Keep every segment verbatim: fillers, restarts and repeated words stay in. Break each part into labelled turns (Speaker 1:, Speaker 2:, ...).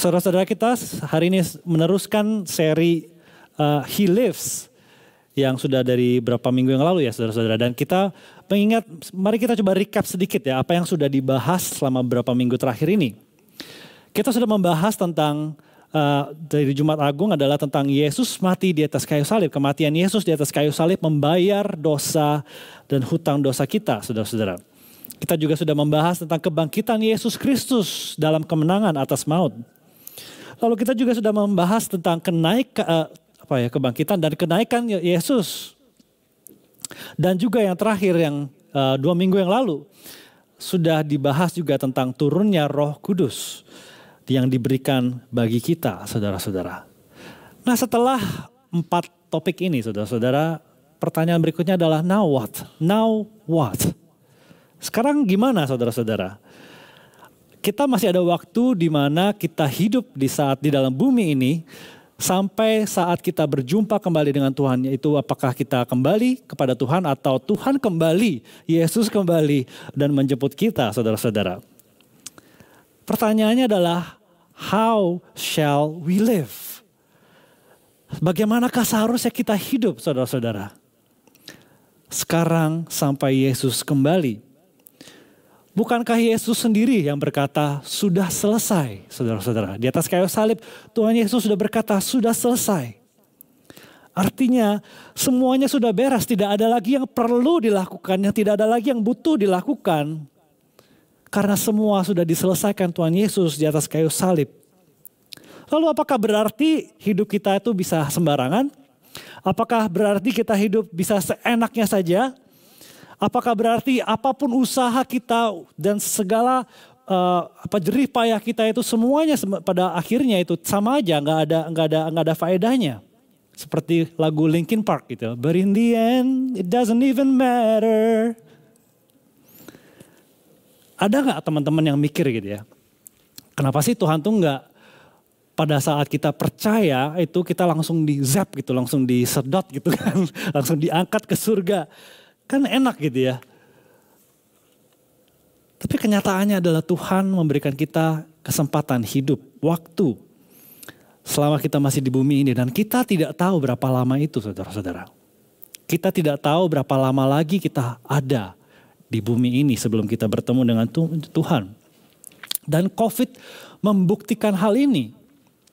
Speaker 1: Saudara-saudara kita hari ini meneruskan seri uh, He Lives yang sudah dari beberapa minggu yang lalu ya saudara-saudara. Dan kita mengingat, mari kita coba recap sedikit ya apa yang sudah dibahas selama beberapa minggu terakhir ini. Kita sudah membahas tentang uh, dari Jumat Agung adalah tentang Yesus mati di atas kayu salib. Kematian Yesus di atas kayu salib membayar dosa dan hutang dosa kita saudara-saudara. Kita juga sudah membahas tentang kebangkitan Yesus Kristus dalam kemenangan atas maut. Lalu kita juga sudah membahas tentang kenaik uh, apa ya kebangkitan dan kenaikan Yesus. Dan juga yang terakhir yang uh, dua minggu yang lalu sudah dibahas juga tentang turunnya Roh Kudus yang diberikan bagi kita, saudara-saudara. Nah, setelah empat topik ini, saudara-saudara, pertanyaan berikutnya adalah now what? Now what? Sekarang gimana, saudara-saudara? Kita masih ada waktu di mana kita hidup di saat di dalam bumi ini sampai saat kita berjumpa kembali dengan Tuhan, yaitu apakah kita kembali kepada Tuhan atau Tuhan kembali, Yesus kembali dan menjemput kita, saudara-saudara. Pertanyaannya adalah how shall we live? Bagaimanakah seharusnya kita hidup, saudara-saudara? Sekarang sampai Yesus kembali. Bukankah Yesus sendiri yang berkata, sudah selesai, saudara-saudara. Di atas kayu salib, Tuhan Yesus sudah berkata, sudah selesai. Artinya, semuanya sudah beres. Tidak ada lagi yang perlu dilakukan, yang tidak ada lagi yang butuh dilakukan. Karena semua sudah diselesaikan Tuhan Yesus di atas kayu salib. Lalu apakah berarti hidup kita itu bisa sembarangan? Apakah berarti kita hidup bisa seenaknya saja? Apakah berarti apapun usaha kita dan segala uh, apa jerih payah kita itu semuanya pada akhirnya itu sama aja, nggak ada nggak ada nggak ada faedahnya. Seperti lagu Linkin Park gitu. But in the end, it doesn't even matter. Ada nggak teman-teman yang mikir gitu ya? Kenapa sih Tuhan tuh nggak pada saat kita percaya itu kita langsung di zap gitu, langsung disedot gitu kan, langsung diangkat ke surga. Kan enak gitu ya. Tapi kenyataannya adalah Tuhan memberikan kita kesempatan hidup, waktu. Selama kita masih di bumi ini. Dan kita tidak tahu berapa lama itu saudara-saudara. Kita tidak tahu berapa lama lagi kita ada di bumi ini sebelum kita bertemu dengan Tuhan. Dan COVID membuktikan hal ini.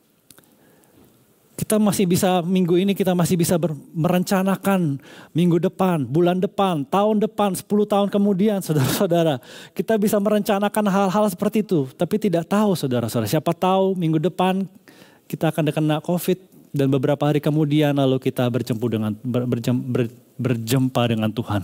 Speaker 1: Kita masih bisa, minggu ini kita masih bisa ber, merencanakan minggu depan, bulan depan, tahun depan, sepuluh tahun kemudian saudara-saudara. Kita bisa merencanakan hal-hal seperti itu. Tapi tidak tahu saudara-saudara, siapa tahu minggu depan kita akan kena COVID. Dan beberapa hari kemudian lalu kita berjumpa dengan, ber, berjem, ber, berjumpa dengan Tuhan.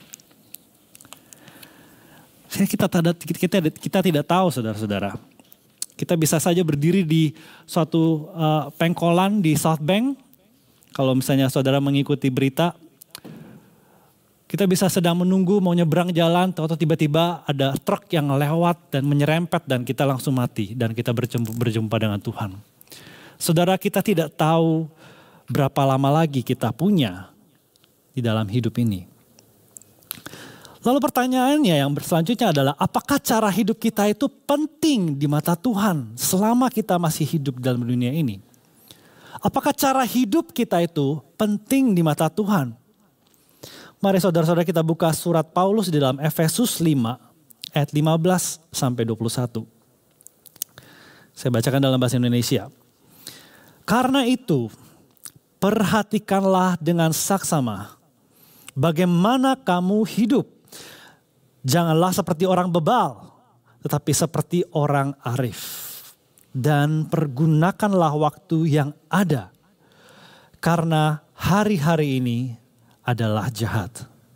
Speaker 1: Kita, kita, kita tidak tahu saudara-saudara. Kita bisa saja berdiri di suatu uh, pengkolan di South Bank. Kalau misalnya saudara mengikuti berita. Kita bisa sedang menunggu mau nyebrang jalan. Atau tiba-tiba ada truk yang lewat dan menyerempet dan kita langsung mati. Dan kita berjumpa, berjumpa dengan Tuhan. Saudara, kita tidak tahu berapa lama lagi kita punya di dalam hidup ini. Lalu pertanyaannya yang selanjutnya adalah apakah cara hidup kita itu penting di mata Tuhan selama kita masih hidup dalam dunia ini? Apakah cara hidup kita itu penting di mata Tuhan? Mari saudara-saudara kita buka surat Paulus di dalam Efesus lima ayat lima belas sampai dua puluh satu. Saya bacakan dalam bahasa Indonesia. Karena itu perhatikanlah dengan saksama bagaimana kamu hidup. Janganlah seperti orang bebal, tetapi seperti orang arif. Dan pergunakanlah waktu yang ada. Karena hari-hari ini adalah jahat.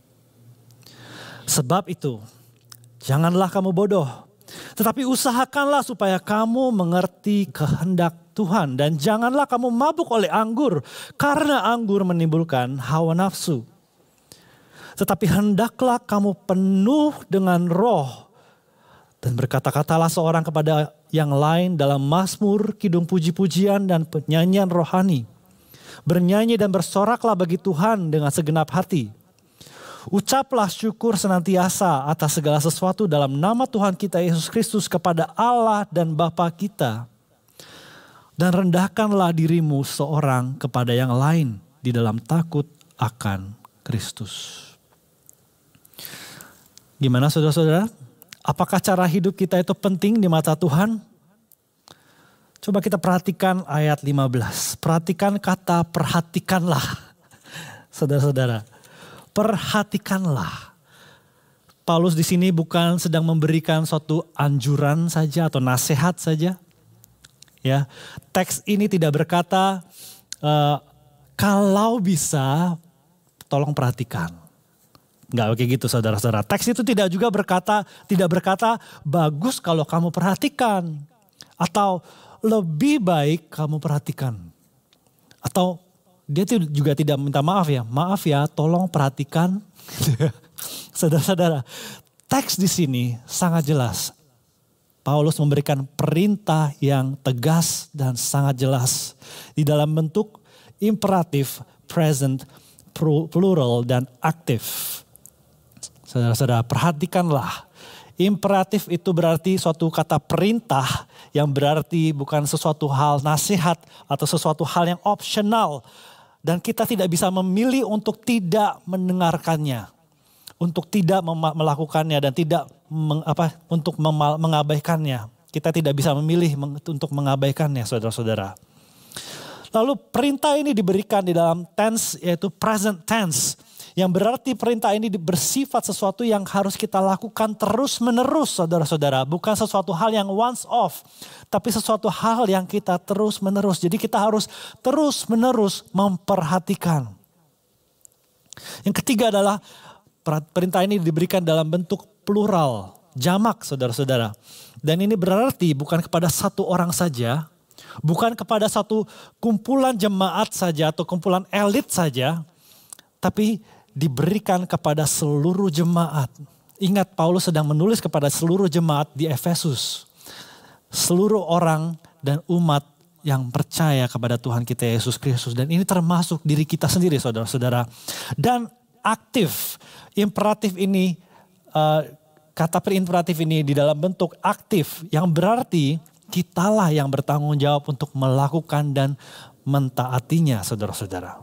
Speaker 1: Sebab itu, janganlah kamu bodoh. Tetapi usahakanlah supaya kamu mengerti kehendak Tuhan. Dan janganlah kamu mabuk oleh anggur. Karena anggur menimbulkan hawa nafsu. Tetapi hendaklah kamu penuh dengan roh. Dan berkata-katalah seorang kepada yang lain dalam mazmur, kidung puji-pujian dan penyanyian rohani. Bernyanyi dan bersoraklah bagi Tuhan dengan segenap hati. Ucaplah syukur senantiasa atas segala sesuatu dalam nama Tuhan kita Yesus Kristus kepada Allah dan Bapa kita. Dan rendahkanlah dirimu seorang kepada yang lain di dalam takut akan Kristus. Gimana saudara-saudara? Apakah cara hidup kita itu penting di mata Tuhan? Coba kita perhatikan ayat lima belas. Perhatikan kata perhatikanlah. Saudara-saudara, perhatikanlah. Paulus di sini bukan sedang memberikan suatu anjuran saja atau nasihat saja. Ya, teks ini tidak berkata uh, kalau bisa tolong perhatikan. Enggak kayak gitu saudara-saudara. Teks itu tidak juga berkata tidak berkata bagus kalau kamu perhatikan atau lebih baik kamu perhatikan. Atau dia juga tidak minta maaf ya. Maaf ya, tolong perhatikan. Saudara-saudara, teks di sini sangat jelas. Paulus memberikan perintah yang tegas dan sangat jelas di dalam bentuk imperatif, present, plural, dan aktif. Saudara-saudara, perhatikanlah. Imperatif itu berarti suatu kata perintah yang berarti bukan sesuatu hal nasihat atau sesuatu hal yang opsional. Dan kita tidak bisa memilih untuk tidak mendengarkannya. Untuk tidak melakukannya dan tidak meng, apa, untuk memal, mengabaikannya. Kita tidak bisa memilih meng, untuk mengabaikannya saudara-saudara. Lalu perintah ini diberikan di dalam tense yaitu present tense. Yang berarti perintah ini bersifat sesuatu yang harus kita lakukan terus menerus saudara-saudara. Bukan sesuatu hal yang once off. Tapi sesuatu hal yang kita terus menerus. Jadi kita harus terus menerus memperhatikan. Yang ketiga adalah perintah ini diberikan dalam bentuk plural, jamak saudara-saudara. Dan ini berarti bukan kepada satu orang saja, bukan kepada satu kumpulan jemaat saja atau kumpulan elit saja, tapi diberikan kepada seluruh jemaat. Ingat Paulus sedang menulis kepada seluruh jemaat di Efesus. Seluruh orang dan umat yang percaya kepada Tuhan kita Yesus Kristus. Dan ini termasuk diri kita sendiri saudara-saudara. Dan aktif. Imperatif ini, uh, kata perimperatif ini di dalam bentuk aktif yang berarti kitalah yang bertanggung jawab untuk melakukan dan mentaatinya saudara-saudara.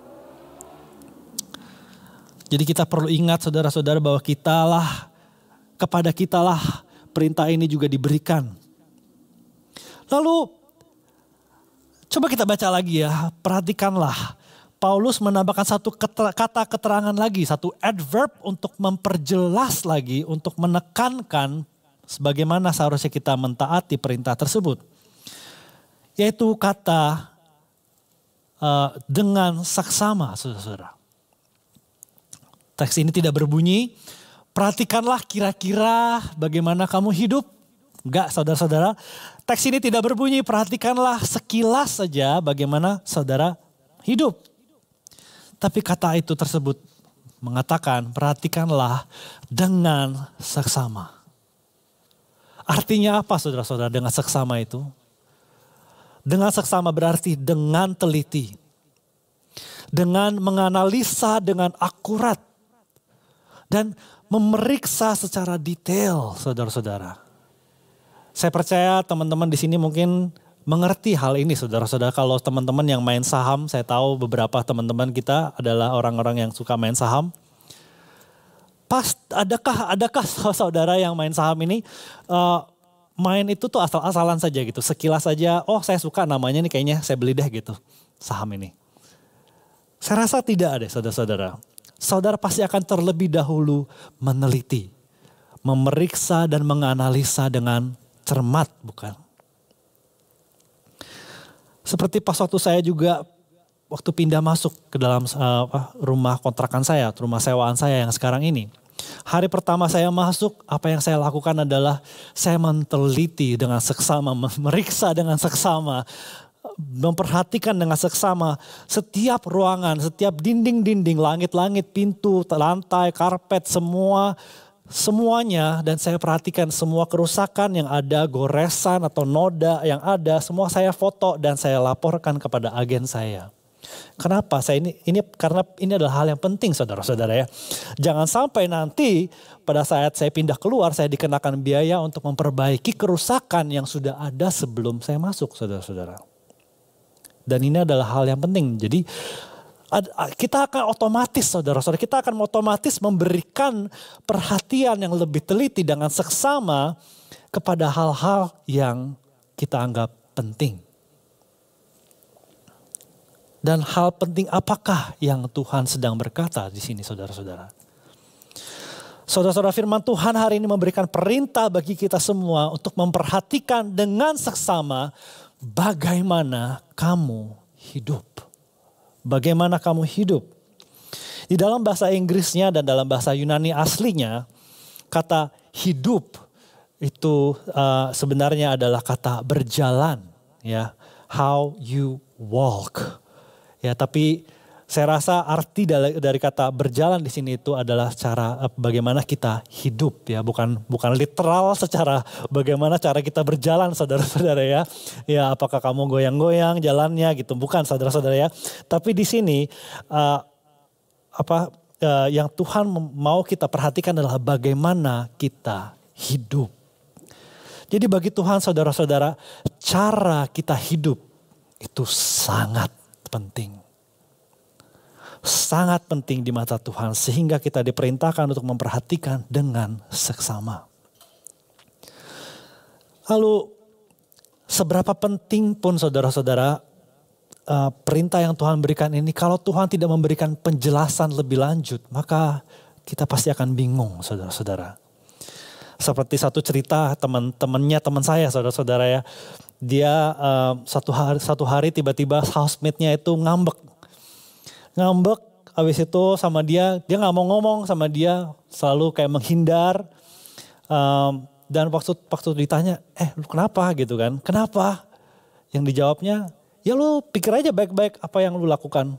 Speaker 1: Jadi kita perlu ingat saudara-saudara bahwa kitalah, kepada kitalah perintah ini juga diberikan. Lalu coba kita baca lagi ya, perhatikanlah. Paulus menambahkan satu kata keterangan lagi, satu adverb untuk memperjelas lagi, untuk menekankan sebagaimana seharusnya kita mentaati perintah tersebut. Yaitu kata uh, dengan saksama, saudara-saudara. Teks ini tidak berbunyi, perhatikanlah kira-kira bagaimana kamu hidup. Enggak saudara-saudara, teks ini tidak berbunyi, perhatikanlah sekilas saja bagaimana saudara hidup. Tapi kata itu tersebut mengatakan perhatikanlah dengan seksama. Artinya apa saudara-saudara dengan seksama itu? Dengan seksama berarti dengan teliti. Dengan menganalisa dengan akurat. Dan memeriksa secara detail saudara-saudara. Saya percaya teman-teman di sini mungkin mengerti hal ini saudara-saudara. Kalau teman-teman yang main saham, saya tahu beberapa teman-teman kita adalah orang-orang yang suka main saham. Pas adakah adakah saudara yang main saham ini uh, main itu tuh asal-asalan saja gitu. Sekilas saja, oh saya suka namanya nih kayaknya saya beli deh gitu saham ini. Saya rasa tidak ada saudara-saudara. Saudara pasti akan terlebih dahulu meneliti, memeriksa dan menganalisa dengan cermat bukan? Seperti pas waktu saya juga waktu pindah masuk ke dalam uh, rumah kontrakan saya, rumah sewaan saya yang sekarang ini. Hari pertama saya masuk, apa yang saya lakukan adalah saya meneliti dengan seksama, memeriksa dengan seksama, memperhatikan dengan seksama setiap ruangan, setiap dinding-dinding, langit-langit, pintu, lantai, karpet, semua semuanya, dan saya perhatikan semua kerusakan yang ada, goresan atau noda yang ada, semua saya foto dan saya laporkan kepada agen saya. Kenapa? Saya ini ini karena ini adalah hal yang penting saudara-saudara ya. Jangan sampai nanti pada saat saya pindah keluar saya dikenakan biaya untuk memperbaiki kerusakan yang sudah ada sebelum saya masuk saudara-saudara. Dan ini adalah hal yang penting. Jadi kita akan otomatis, saudara-saudara, kita akan otomatis memberikan perhatian yang lebih teliti dengan seksama kepada hal-hal yang kita anggap penting. Dan hal penting apakah yang Tuhan sedang berkata di sini, saudara-saudara? Saudara-saudara, firman Tuhan hari ini memberikan perintah bagi kita semua untuk memperhatikan dengan seksama bagaimana kamu hidup. Bagaimana kamu hidup. Di dalam bahasa Inggrisnya dan dalam bahasa Yunani aslinya, kata hidup itu uh, sebenarnya adalah kata berjalan, ya, how you walk, ya. Tapi saya rasa arti dari, dari kata berjalan di sini itu adalah cara uh, bagaimana kita hidup, ya, bukan bukan literal secara bagaimana cara kita berjalan, saudara-saudara, ya, ya, apakah kamu goyang-goyang jalannya gitu, bukan, saudara-saudara, ya. Tapi di sini uh, apa uh, yang Tuhan mau kita perhatikan adalah bagaimana kita hidup. Jadi bagi Tuhan, saudara-saudara, cara kita hidup itu sangat penting. Sangat penting di mata Tuhan sehingga kita diperintahkan untuk memperhatikan dengan seksama. Lalu seberapa penting pun, saudara-saudara, uh, perintah yang Tuhan berikan ini, kalau Tuhan tidak memberikan penjelasan lebih lanjut, maka kita pasti akan bingung, saudara-saudara. Seperti satu cerita teman-temannya teman saya, saudara-saudara, ya. Dia uh, satu hari satu hari tiba-tiba housemate-nya itu ngambek. Ngambek, habis itu sama dia, dia nggak mau ngomong sama dia, selalu kayak menghindar. Um, dan waktu waktu ditanya, eh lu kenapa gitu kan? Kenapa? Yang dijawabnya, ya lu pikir aja baik-baik apa yang lu lakukan.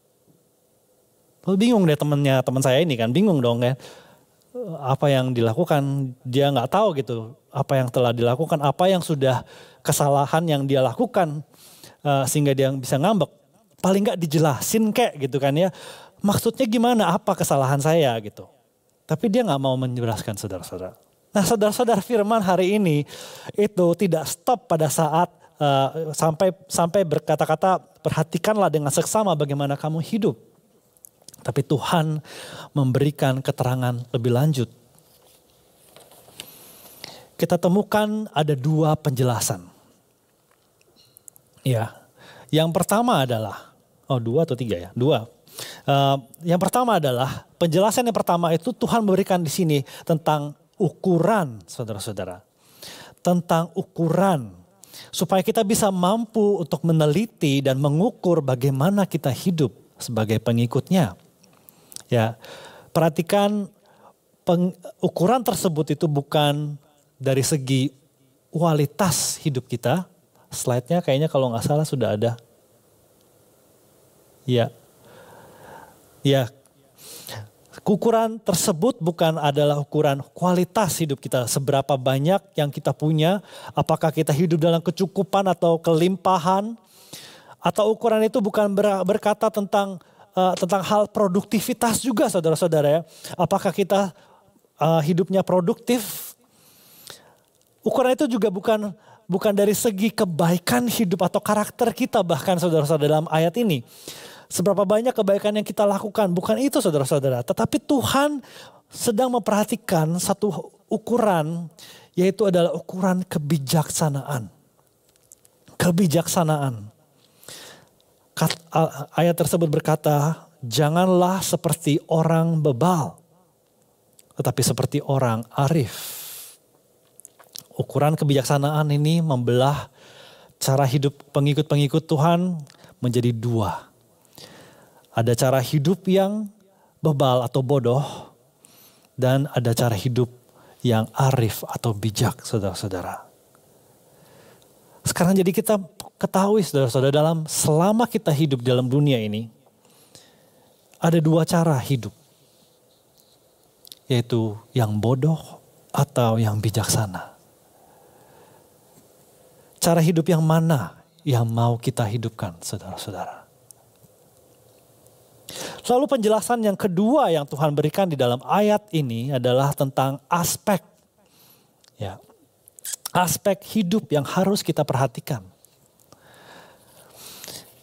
Speaker 1: Lu bingung deh temennya, teman saya ini kan, bingung dong ya. Apa yang dilakukan, dia nggak tahu gitu. Apa yang telah dilakukan, apa yang sudah kesalahan yang dia lakukan uh, sehingga dia bisa ngambek. Paling nggak dijelasin kayak gitu kan ya. Maksudnya gimana, apa kesalahan saya gitu. Tapi dia nggak mau menjelaskan, saudara-saudara. Nah, saudara-saudara, firman hari ini itu tidak stop pada saat uh, sampai sampai berkata-kata perhatikanlah dengan seksama bagaimana kamu hidup. Tapi Tuhan memberikan keterangan lebih lanjut. Kita temukan ada dua penjelasan. Ya, yang pertama adalah, oh dua atau tiga ya, dua. Uh, yang pertama adalah, penjelasan yang pertama itu Tuhan memberikan di sini tentang ukuran, saudara-saudara. Tentang ukuran, supaya kita bisa mampu untuk meneliti dan mengukur bagaimana kita hidup sebagai pengikutnya. Ya, perhatikan peng, ukuran tersebut itu bukan dari segi kualitas hidup kita. Slide-nya kayaknya kalau nggak salah sudah ada. Ya, ya. Ukuran tersebut bukan adalah ukuran kualitas hidup kita. Seberapa banyak yang kita punya, apakah kita hidup dalam kecukupan atau kelimpahan. Atau ukuran itu bukan berkata tentang Uh, tentang hal produktivitas juga, saudara-saudara, ya. Apakah kita uh, hidupnya produktif? Ukuran itu juga bukan bukan dari segi kebaikan hidup atau karakter kita, bahkan saudara-saudara, dalam ayat ini. Seberapa banyak kebaikan yang kita lakukan, bukan itu, saudara-saudara. Tetapi Tuhan sedang memperhatikan satu ukuran, yaitu adalah ukuran kebijaksanaan. Kebijaksanaan. Ayat tersebut berkata, janganlah seperti orang bebal, tetapi seperti orang arif. Ukuran kebijaksanaan ini membelah cara hidup pengikut-pengikut Tuhan menjadi dua. Ada cara hidup yang bebal atau bodoh, dan ada cara hidup yang arif atau bijak, saudara-saudara. Sekarang jadi kita ketahui, saudara-saudara, dalam selama kita hidup dalam dunia ini, ada dua cara hidup. Yaitu yang bodoh atau yang bijaksana. Cara hidup yang mana yang mau kita hidupkan, saudara-saudara? Lalu penjelasan yang kedua yang Tuhan berikan di dalam ayat ini adalah tentang aspek. Ya, aspek hidup yang harus kita perhatikan.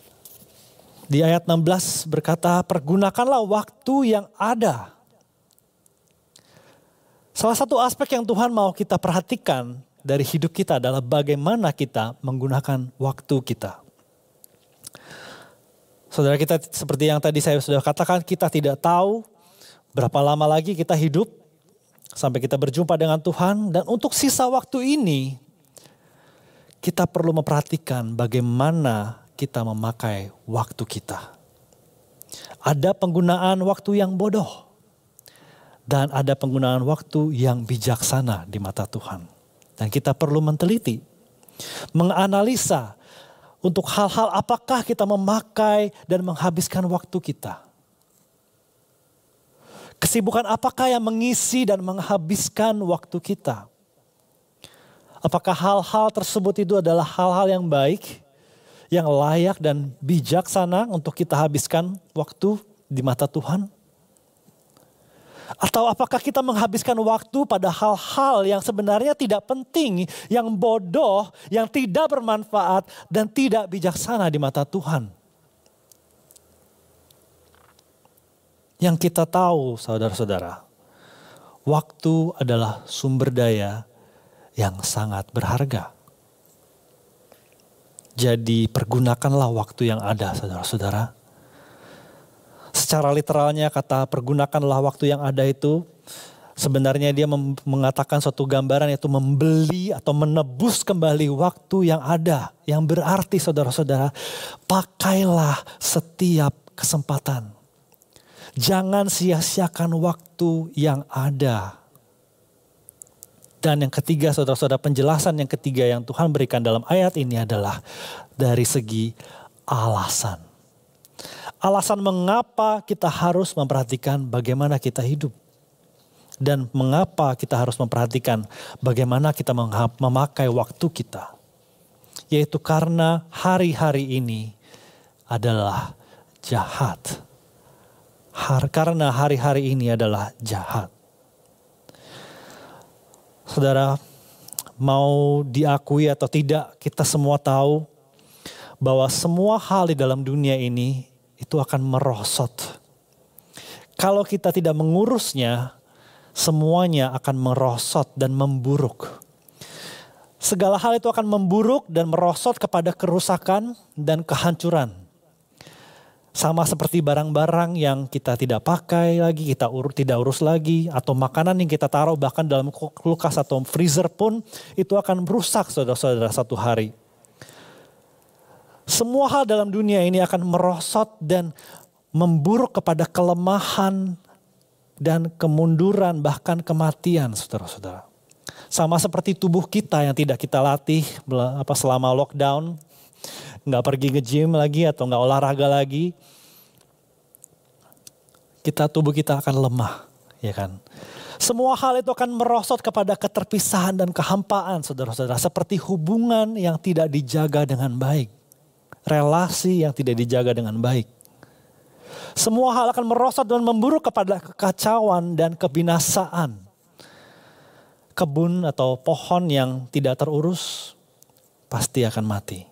Speaker 1: Di ayat enam belas berkata, pergunakanlah waktu yang ada. Salah satu aspek yang Tuhan mau kita perhatikan dari hidup kita adalah bagaimana kita menggunakan waktu kita. Saudara, kita seperti yang tadi saya sudah katakan, kita tidak tahu berapa lama lagi kita hidup sampai kita berjumpa dengan Tuhan. Dan untuk sisa waktu ini, kita perlu memperhatikan bagaimana kita memakai waktu kita. Ada penggunaan waktu yang bodoh. Dan ada penggunaan waktu yang bijaksana di mata Tuhan. Dan kita perlu menteliti, menganalisa untuk hal-hal apakah kita memakai dan menghabiskan waktu kita. Kesibukan apakah yang mengisi dan menghabiskan waktu kita. Apakah hal-hal tersebut itu adalah hal-hal yang baik, yang layak dan bijaksana untuk kita habiskan waktu di mata Tuhan? Atau apakah kita menghabiskan waktu pada hal-hal yang sebenarnya tidak penting, yang bodoh, yang tidak bermanfaat dan tidak bijaksana di mata Tuhan? Yang kita tahu, saudara-saudara, waktu adalah sumber daya yang sangat berharga. Jadi pergunakanlah waktu yang ada, saudara-saudara. Secara literalnya kata pergunakanlah waktu yang ada itu sebenarnya dia mengatakan suatu gambaran, yaitu membeli atau menebus kembali waktu yang ada. Yang berarti saudara-saudara, pakailah setiap kesempatan. Jangan sia-siakan waktu yang ada. Dan yang ketiga, saudara-saudara, penjelasan yang ketiga yang Tuhan berikan dalam ayat ini adalah dari segi alasan. Alasan mengapa kita harus memperhatikan bagaimana kita hidup. Dan mengapa kita harus memperhatikan bagaimana kita memakai waktu kita. Yaitu karena hari-hari ini adalah jahat. Har- karena hari-hari ini adalah jahat. Saudara, mau diakui atau tidak, kita semua tahu bahwa semua hal di dalam dunia ini itu akan merosot. Kalau kita tidak mengurusnya, semuanya akan merosot dan memburuk. Segala hal itu akan memburuk dan merosot kepada kerusakan dan kehancuran. Sama seperti barang-barang yang kita tidak pakai lagi, kita ur, tidak urus lagi. Atau makanan yang kita taruh bahkan dalam kulkas atau freezer pun itu akan merusak saudara-saudara satu hari. Semua hal dalam dunia ini akan merosot dan memburuk kepada kelemahan dan kemunduran bahkan kematian, saudara-saudara. Sama seperti tubuh kita yang tidak kita latih apa selama lockdown, nggak pergi nge-gym lagi atau nggak olahraga lagi, kita tubuh kita akan lemah, ya kan? Semua hal itu akan merosot kepada keterpisahan dan kehampaan, saudara-saudara, seperti hubungan yang tidak dijaga dengan baik. Relasi yang tidak dijaga dengan baik. Semua hal akan merosot dan memburuk kepada kekacauan dan kebinasaan. Kebun atau pohon yang tidak terurus pasti akan mati.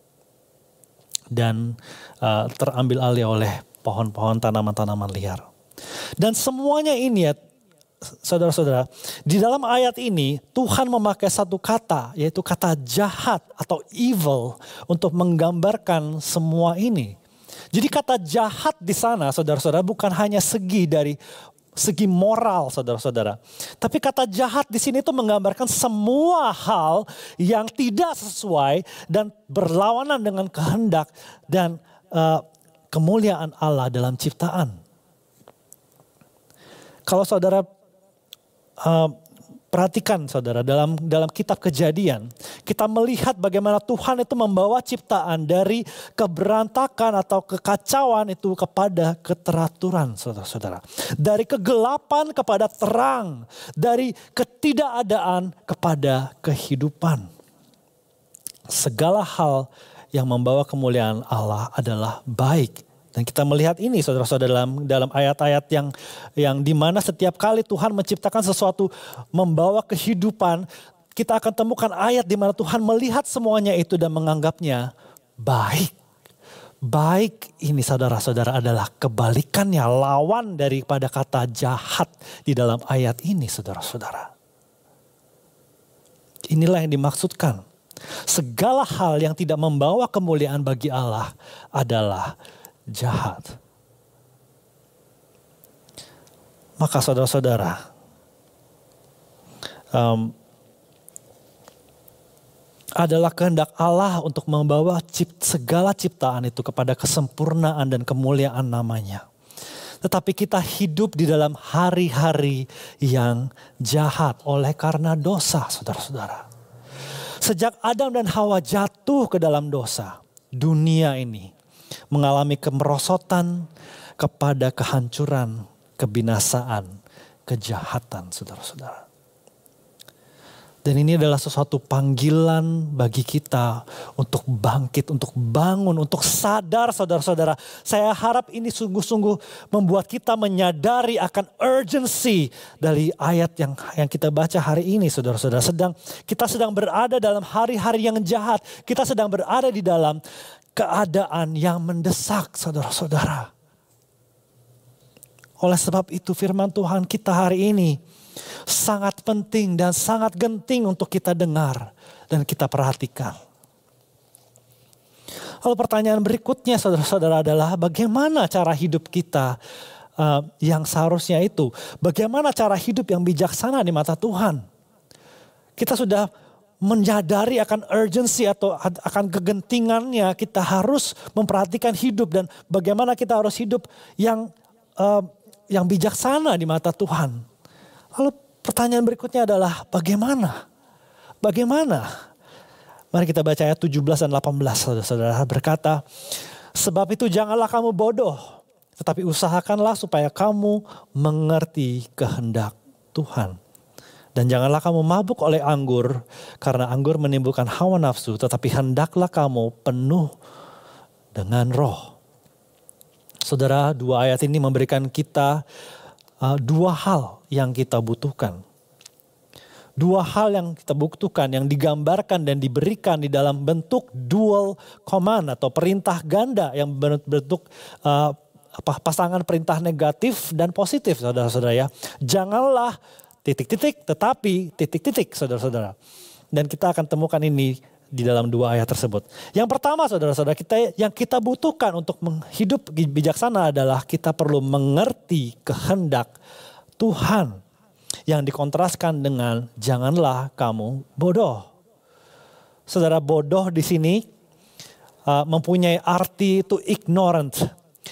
Speaker 1: Dan uh, terambil alih oleh pohon-pohon tanaman-tanaman liar. Dan semuanya ini ya, saudara-saudara, di dalam ayat ini Tuhan memakai satu kata, yaitu kata jahat atau evil untuk menggambarkan semua ini. Jadi kata jahat di sana, saudara-saudara, bukan hanya segi dari segi moral, saudara-saudara. Tapi kata jahat di sini itu menggambarkan semua hal yang tidak sesuai dan berlawanan dengan kehendak dan uh, kemuliaan Allah dalam ciptaan. Kalau saudara Uh, perhatikan saudara, dalam dalam kitab Kejadian kita melihat bagaimana Tuhan itu membawa ciptaan dari keberantakan atau kekacauan itu kepada keteraturan, saudara-saudara. Dari kegelapan kepada terang, dari ketidakadaan kepada kehidupan. Segala hal yang membawa kemuliaan Allah adalah baik. Dan kita melihat ini saudara-saudara dalam dalam ayat-ayat yang yang dimana setiap kali Tuhan menciptakan sesuatu membawa kehidupan, kita akan temukan ayat di mana Tuhan melihat semuanya itu dan menganggapnya baik. Baik ini saudara-saudara adalah kebalikannya, lawan daripada kata jahat di dalam ayat ini saudara-saudara. Inilah yang dimaksudkan. Segala hal yang tidak membawa kemuliaan bagi Allah adalah jahat. Maka saudara-saudara, um, adalah kehendak Allah untuk membawa cipt, segala ciptaan itu kepada kesempurnaan dan kemuliaan namanya. Tetapi kita hidup di dalam hari-hari yang jahat oleh karena dosa, saudara-saudara. Sejak Adam dan Hawa jatuh ke dalam dosa, dunia ini mengalami kemerosotan kepada kehancuran, kebinasaan, kejahatan, saudara-saudara. Dan ini adalah sesuatu panggilan bagi kita untuk bangkit, untuk bangun, untuk sadar saudara-saudara. Saya harap ini sungguh-sungguh membuat kita menyadari akan urgency dari ayat yang yang kita baca hari ini saudara-saudara. Sedang kita sedang berada dalam hari-hari yang jahat. Kita sedang berada di dalam keadaan yang mendesak saudara-saudara. Oleh sebab itu firman Tuhan kita hari ini sangat penting dan sangat genting untuk kita dengar dan kita perhatikan. Lalu pertanyaan berikutnya saudara-saudara adalah bagaimana cara hidup kita uh, yang seharusnya itu. Bagaimana cara hidup yang bijaksana di mata Tuhan. Kita sudah menyadari akan urgency atau akan kegentingannya kita harus memperhatikan hidup dan bagaimana kita harus hidup yang uh, yang bijaksana di mata Tuhan. Lalu pertanyaan berikutnya adalah bagaimana? Bagaimana? Mari kita baca ayat tujuh belas dan delapan belas saudara-saudara berkata. Sebab itu janganlah kamu bodoh. Tetapi usahakanlah supaya kamu mengerti kehendak Tuhan. Dan janganlah kamu mabuk oleh anggur. Karena anggur menimbulkan hawa nafsu. Tetapi hendaklah kamu penuh dengan roh. Saudara, dua ayat ini memberikan kita uh, dua hal yang kita butuhkan. Dua hal yang kita butuhkan yang digambarkan dan diberikan di dalam bentuk dual command atau perintah ganda yang berbentuk uh, apa, pasangan perintah negatif dan positif saudara-saudara ya. Janganlah titik-titik tetapi titik-titik saudara-saudara. Dan kita akan temukan ini di dalam dua ayat tersebut. Yang pertama saudara-saudara kita yang kita butuhkan untuk hidup bijaksana adalah kita perlu mengerti kehendak Tuhan. Yang dikontraskan dengan janganlah kamu bodoh. Saudara, bodoh di sini uh, mempunyai arti itu ignorant,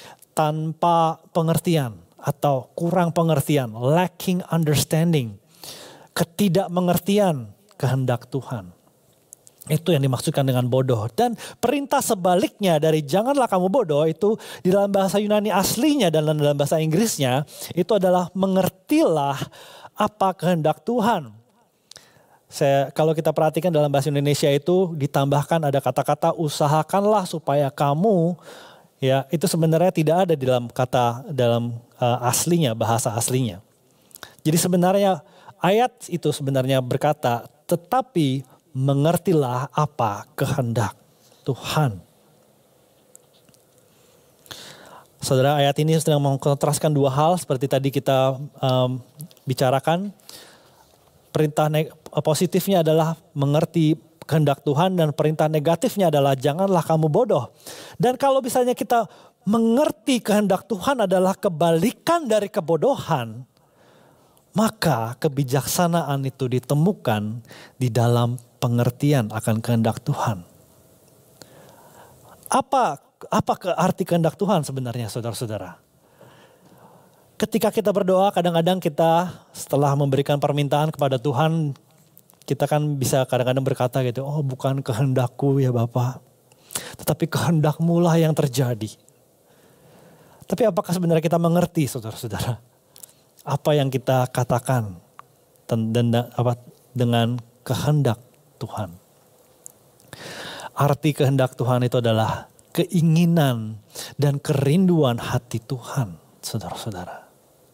Speaker 1: tanpa pengertian atau kurang pengertian, lacking understanding, ketidakmengertian kehendak Tuhan. Itu yang dimaksudkan dengan bodoh. Dan perintah sebaliknya dari janganlah kamu bodoh itu di dalam bahasa Yunani aslinya dan dalam bahasa Inggrisnya itu adalah mengertilah apa kehendak Tuhan. Saya, kalau kita perhatikan dalam bahasa Indonesia itu ditambahkan ada kata-kata usahakanlah supaya kamu, ya itu sebenarnya tidak ada di dalam kata dalam uh, aslinya, bahasa aslinya. Jadi sebenarnya ayat itu sebenarnya berkata tetapi mengertilah apa kehendak Tuhan. Saudara, ayat ini sedang mengkontraskan dua hal seperti tadi kita um, bicarakan. Perintah positifnya adalah mengerti kehendak Tuhan dan perintah negatifnya adalah janganlah kamu bodoh. Dan kalau misalnya kita mengerti kehendak Tuhan adalah kebalikan dari kebodohan, maka kebijaksanaan itu ditemukan di dalam pengertian akan kehendak Tuhan. Apa apa ke arti kehendak Tuhan sebenarnya saudara-saudara? Ketika kita berdoa kadang-kadang kita setelah memberikan permintaan kepada Tuhan, kita kan bisa kadang-kadang berkata gitu, oh bukan kehendakku ya Bapa, tetapi kehendak-Mu lah yang terjadi. Tapi apakah sebenarnya kita mengerti saudara-saudara? Apa yang kita katakan dengan kehendak Tuhan. Arti kehendak Tuhan itu adalah keinginan dan kerinduan hati Tuhan, saudara-saudara.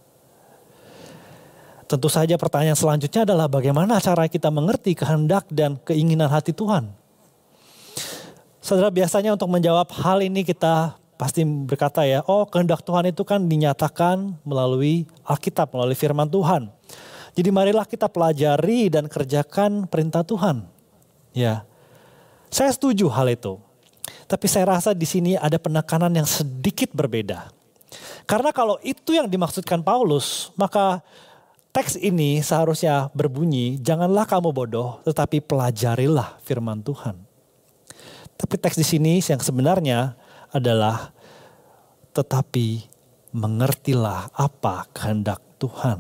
Speaker 1: Tentu saja pertanyaan selanjutnya adalah bagaimana cara kita mengerti kehendak dan keinginan hati Tuhan. Saudara, biasanya untuk menjawab hal ini kita pasti berkata ya, oh kehendak Tuhan itu kan dinyatakan melalui Alkitab, melalui firman Tuhan. Jadi marilah kita pelajari dan kerjakan perintah Tuhan. Ya, saya setuju hal itu. Tapi saya rasa di sini ada penekanan yang sedikit berbeda. Karena kalau itu yang dimaksudkan Paulus, maka teks ini seharusnya berbunyi, janganlah kamu bodoh, tetapi pelajarilah firman Tuhan. Tapi teks di sini yang sebenarnya adalah tetapi mengertilah apa kehendak Tuhan.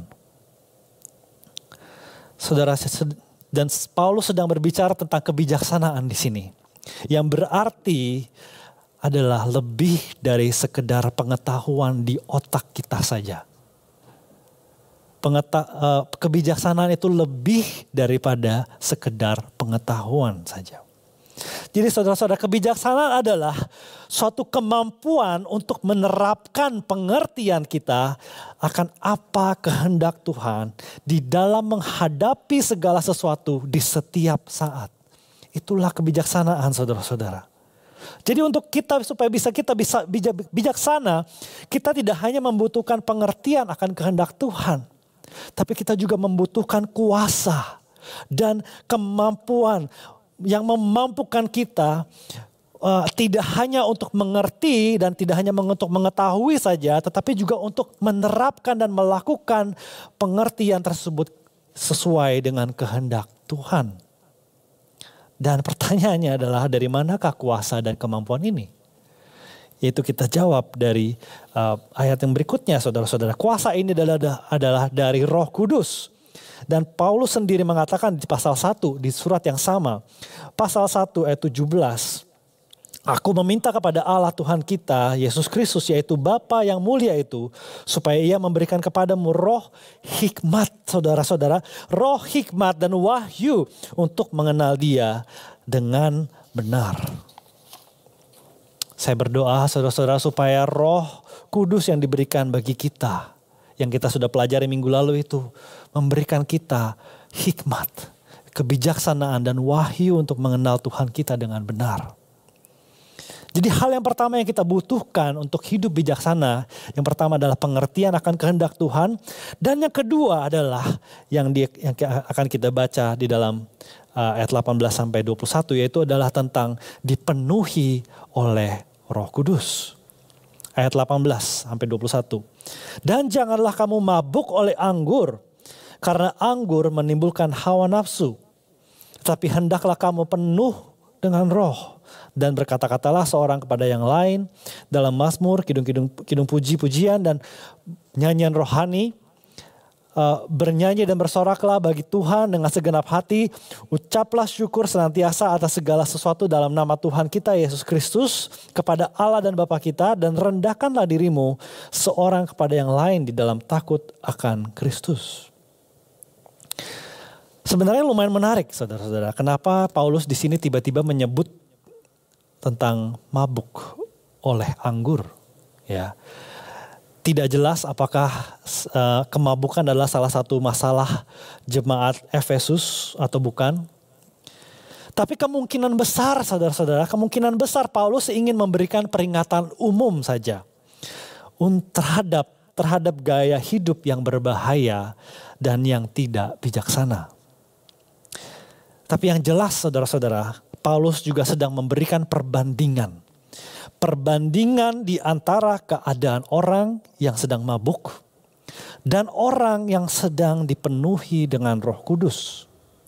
Speaker 1: Saudara, dan Paulus sedang berbicara tentang kebijaksanaan di sini. Yang berarti adalah lebih dari sekedar pengetahuan di otak kita saja. Pengeta, uh, kebijaksanaan itu lebih daripada sekedar pengetahuan saja. Jadi saudara-saudara, kebijaksanaan adalah suatu kemampuan untuk menerapkan pengertian kita akan apa kehendak Tuhan di dalam menghadapi segala sesuatu di setiap saat. Itulah kebijaksanaan saudara-saudara. Jadi untuk kita supaya bisa kita bisa bijaksana, kita tidak hanya membutuhkan pengertian akan kehendak Tuhan, tapi kita juga membutuhkan kuasa dan kemampuan yang memampukan kita uh, tidak hanya untuk mengerti dan tidak hanya untuk mengetahui saja, tetapi juga untuk menerapkan dan melakukan pengertian tersebut sesuai dengan kehendak Tuhan. Dan pertanyaannya adalah dari manakah kuasa dan kemampuan ini? Yaitu kita jawab dari uh, ayat yang berikutnya, saudara-saudara. Kuasa ini adalah, adalah dari Roh Kudus. Dan Paulus sendiri mengatakan di pasal satu di surat yang sama. Pasal satu ayat tujuh belas. Aku meminta kepada Allah Tuhan kita, Yesus Kristus, yaitu Bapa yang mulia itu, supaya ia memberikan kepadamu roh hikmat, saudara-saudara. Roh hikmat dan wahyu untuk mengenal dia dengan benar. Saya berdoa saudara-saudara supaya Roh Kudus yang diberikan bagi kita, yang kita sudah pelajari minggu lalu itu, memberikan kita hikmat, kebijaksanaan dan wahyu untuk mengenal Tuhan kita dengan benar. Jadi hal yang pertama yang kita butuhkan untuk hidup bijaksana, yang pertama adalah pengertian akan kehendak Tuhan. Dan yang kedua adalah yang, di, yang akan kita baca di dalam uh, ayat delapan belas sampai dua puluh satu, yaitu adalah tentang dipenuhi oleh Roh Kudus. Ayat delapan belas sampai dua puluh satu. Dan janganlah kamu mabuk oleh anggur, karena anggur menimbulkan hawa nafsu. Tetapi hendaklah kamu penuh dengan roh. Dan berkata-katalah seorang kepada yang lain dalam mazmur, kidung-kidung kidung puji-pujian dan nyanyian rohani. Uh, bernyanyi dan bersoraklah bagi Tuhan dengan segenap hati. Ucaplah syukur senantiasa atas segala sesuatu dalam nama Tuhan kita Yesus Kristus kepada Allah dan Bapa kita. Dan rendahkanlah dirimu seorang kepada yang lain di dalam takut akan Kristus. Sebenarnya lumayan menarik saudara-saudara. Kenapa Paulus di sini tiba-tiba menyebut tentang mabuk oleh anggur, ya. Tidak jelas apakah uh, kemabukan adalah salah satu masalah jemaat Efesus atau bukan. Tapi kemungkinan besar saudara-saudara, kemungkinan besar Paulus ingin memberikan peringatan umum saja terhadap terhadap gaya hidup yang berbahaya dan yang tidak bijaksana. Tapi yang jelas saudara-saudara, Paulus juga sedang memberikan perbandingan. Perbandingan di antara keadaan orang yang sedang mabuk dan orang yang sedang dipenuhi dengan Roh Kudus.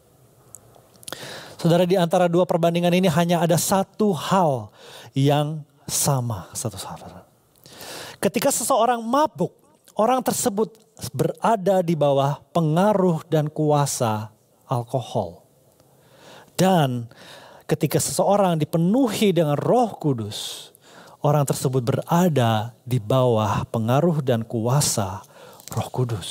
Speaker 1: Saudara, di antara dua perbandingan ini hanya ada satu hal yang sama, satu saudara. Ketika seseorang mabuk, orang tersebut berada di bawah pengaruh dan kuasa alkohol. Dan ketika seseorang dipenuhi dengan Roh Kudus, orang tersebut berada di bawah pengaruh dan kuasa Roh Kudus.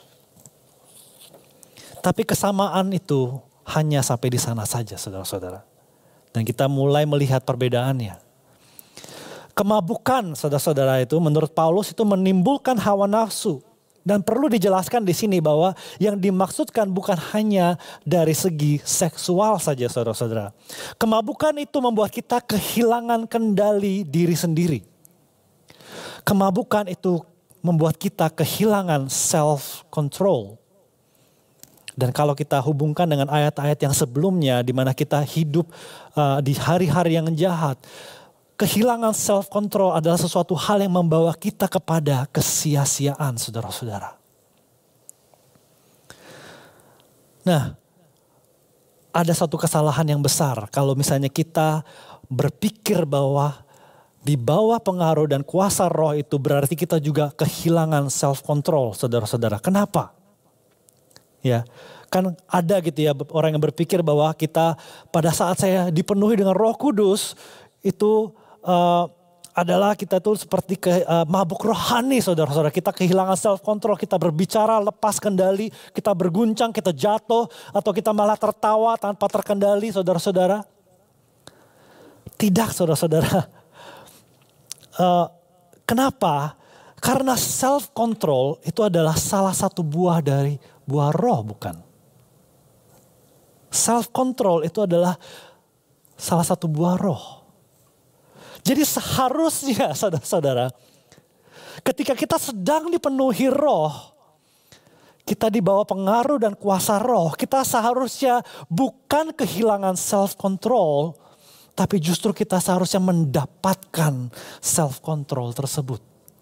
Speaker 1: Tapi kesamaan itu hanya sampai di sana saja saudara-saudara. Dan kita mulai melihat perbedaannya. Kemabukan saudara-saudara itu menurut Paulus itu menimbulkan hawa nafsu. Dan perlu dijelaskan di sini bahwa yang dimaksudkan bukan hanya dari segi seksual saja saudara-saudara. Kemabukan itu membuat kita kehilangan kendali diri sendiri. Kemabukan itu membuat kita kehilangan self-control. Dan kalau kita hubungkan dengan ayat-ayat yang sebelumnya di mana kita hidup uh, di hari-hari yang jahat. Kehilangan self-control adalah sesuatu hal yang membawa kita kepada kesia-siaan saudara-saudara. Nah, ada satu kesalahan yang besar kalau misalnya kita berpikir bahwa di bawah pengaruh dan kuasa roh itu berarti kita juga kehilangan self-control saudara-saudara. Kenapa? Ya, kan ada gitu ya orang yang berpikir bahwa kita pada saat saya dipenuhi dengan Roh Kudus itu uh, adalah kita tuh seperti ke, uh, mabuk rohani saudara-saudara. Kita kehilangan self-control, kita berbicara lepas kendali, kita berguncang, kita jatuh atau kita malah tertawa tanpa terkendali saudara-saudara. Tidak saudara-saudara. Uh, kenapa? Karena self-control itu adalah salah satu buah dari buah roh bukan? Self-control itu adalah salah satu buah roh. Jadi seharusnya saudara-saudara, ketika kita sedang dipenuhi roh, kita dibawa pengaruh dan kuasa roh, kita seharusnya bukan kehilangan self-control, tapi justru kita seharusnya mendapatkan self-control tersebut.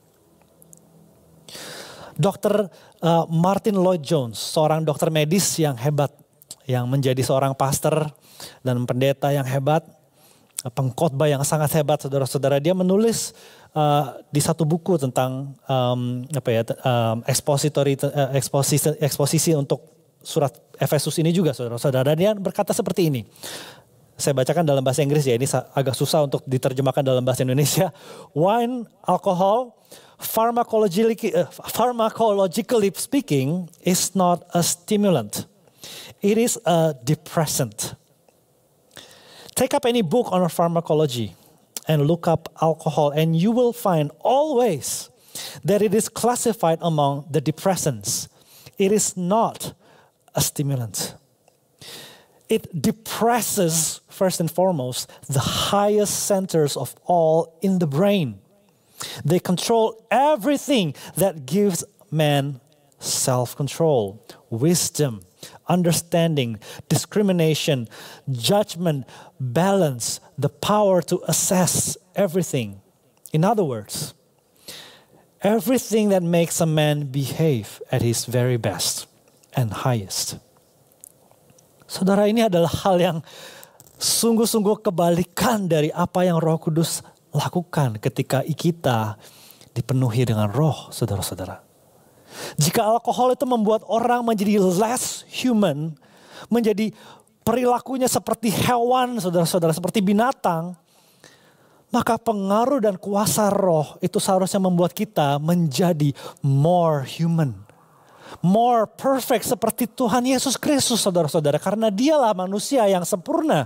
Speaker 1: Dokter uh, Martin Lloyd Jones, seorang dokter medis yang hebat, yang menjadi seorang pastor dan pendeta yang hebat, pengkhotbah yang sangat hebat, saudara-saudara. Dia menulis uh, di satu buku tentang um, apa ya, um, expository, uh, eksposisi, eksposisi untuk surat Efesus ini juga, saudara-saudara. Dia berkata seperti ini. Saya bacakan dalam bahasa Inggris ya, ini agak susah untuk diterjemahkan dalam bahasa Indonesia. Wine, alcohol, pharmacologically, uh, pharmacologically speaking, is not a stimulant. It is a depressant. Take up any book on pharmacology and look up alcohol and you will find always that it is classified among the depressants. It is not a stimulant. It depresses, first and foremost, the highest centers of all in the brain. They control everything that gives man self-control, wisdom, understanding, discrimination, judgment, balance, the power to assess everything. In other words, everything that makes a man behave at his very best and highest. Saudara, ini adalah hal yang sungguh-sungguh kebalikan dari apa yang Roh Kudus lakukan ketika kita dipenuhi dengan roh, saudara-saudara. Jika alkohol itu membuat orang menjadi less human, menjadi perilakunya seperti hewan, saudara-saudara, seperti binatang, maka pengaruh dan kuasa roh itu seharusnya membuat kita menjadi more human. More perfect seperti Tuhan Yesus Kristus, saudara-saudara. Karena dialah manusia yang sempurna.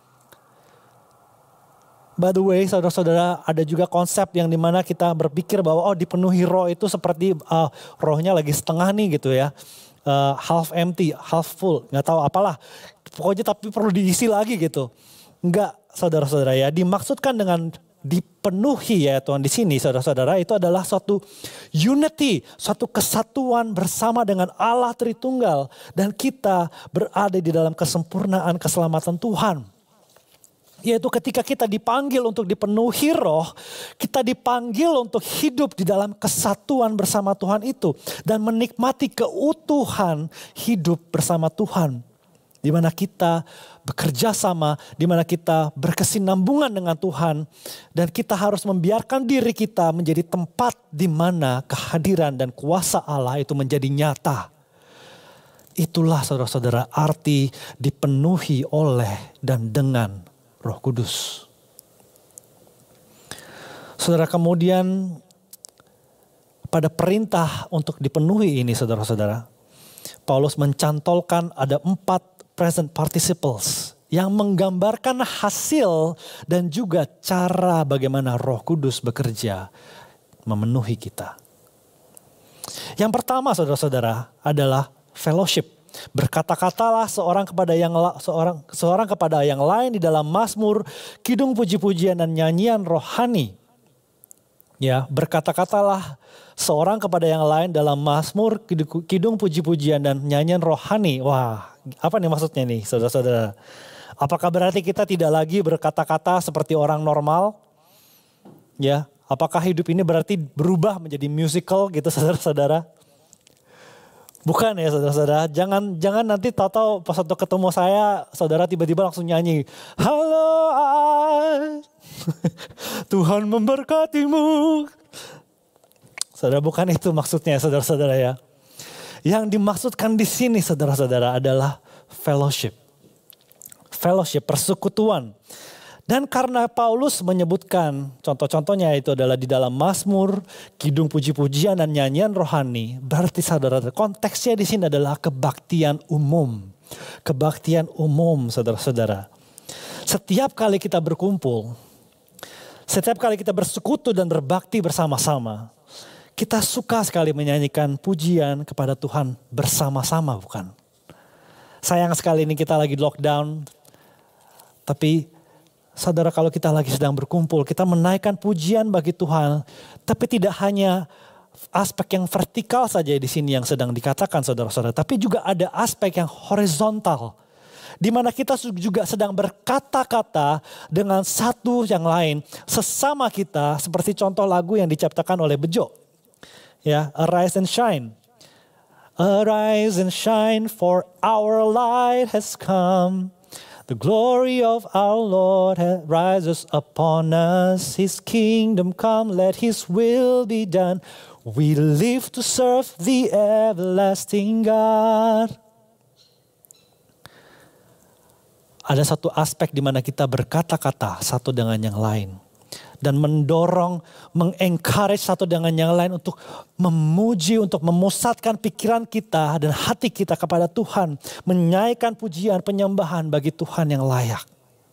Speaker 1: By the way, saudara-saudara, ada juga konsep yang dimana kita berpikir bahwa oh dipenuhi roh itu seperti uh, rohnya lagi setengah nih gitu ya. Uh, half empty, half full, gak tahu apalah. Pokoknya tapi perlu diisi lagi gitu. Enggak, saudara-saudara ya. Dimaksudkan dengan dipenuhi ya Tuhan di sini, saudara-saudara, itu adalah suatu unity, suatu kesatuan bersama dengan Allah Tritunggal. Dan kita berada di dalam kesempurnaan keselamatan Tuhan. Yaitu ketika kita dipanggil untuk dipenuhi roh, kita dipanggil untuk hidup di dalam kesatuan bersama Tuhan itu. Dan menikmati keutuhan hidup bersama Tuhan. Di mana kita bekerja sama, di mana kita berkesinambungan dengan Tuhan. Dan kita harus membiarkan diri kita menjadi tempat di mana kehadiran dan kuasa Allah itu menjadi nyata. Itulah saudara-saudara arti dipenuhi oleh dan dengan Roh Kudus. Saudara, kemudian pada perintah untuk dipenuhi ini saudara-saudara, Paulus mencantolkan ada empat present participles yang menggambarkan hasil dan juga cara bagaimana Roh Kudus bekerja memenuhi kita. Yang pertama saudara-saudara adalah fellowship. Berkata-katalah seorang kepada yang seorang seorang kepada yang lain di dalam mazmur, kidung puji-pujian dan nyanyian rohani. Ya, berkata-katalah seorang kepada yang lain dalam mazmur, kidung puji-pujian dan nyanyian rohani. Wah, apa nih maksudnya nih saudara-saudara? Apakah berarti kita tidak lagi berkata-kata seperti orang normal? Ya, apakah hidup ini berarti berubah menjadi musical gitu saudara-saudara? Bukan ya saudara-saudara, jangan jangan nanti tahu-tahu pas waktu ketemu saya, saudara tiba-tiba langsung nyanyi, halo I, Tuhan memberkatimu. Saudara, bukan itu maksudnya saudara-saudara ya. Yang dimaksudkan di sini saudara-saudara adalah fellowship. Fellowship, persekutuan. Dan karena Paulus menyebutkan contoh-contohnya itu adalah di dalam mazmur, kidung puji-pujian dan nyanyian rohani. Berarti saudara, konteksnya di sini adalah kebaktian umum. Kebaktian umum saudara-saudara. Setiap kali kita berkumpul, setiap kali kita bersekutu dan berbakti bersama-sama, kita suka sekali menyanyikan pujian kepada Tuhan bersama-sama, bukan? Sayang sekali ini kita lagi lockdown, tapi saudara, kalau kita lagi sedang berkumpul, kita menaikkan pujian bagi Tuhan. Tapi tidak hanya aspek yang vertikal saja di sini yang sedang dikatakan saudara-saudara. Tapi juga ada aspek yang horizontal. Di mana kita juga sedang berkata-kata dengan satu yang lain. Sesama kita, seperti contoh lagu yang diciptakan oleh Bejo. Ya, Arise and Shine. Arise and shine for our light has come. The glory of our Lord rises upon us. His kingdom come, let His will be done. We live to serve the everlasting God. Ada satu aspek di mana kita berkata-kata satu dengan yang lain. Dan mendorong, mengencourage satu dengan yang lain untuk memuji, untuk memusatkan pikiran kita dan hati kita kepada Tuhan. Menyanyikan pujian, penyembahan bagi Tuhan yang layak.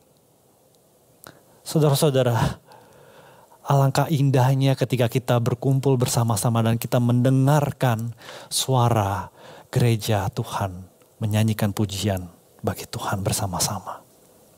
Speaker 1: Saudara-saudara, alangkah indahnya ketika kita berkumpul bersama-sama dan kita mendengarkan suara gereja Tuhan. Menyanyikan pujian bagi Tuhan bersama-sama.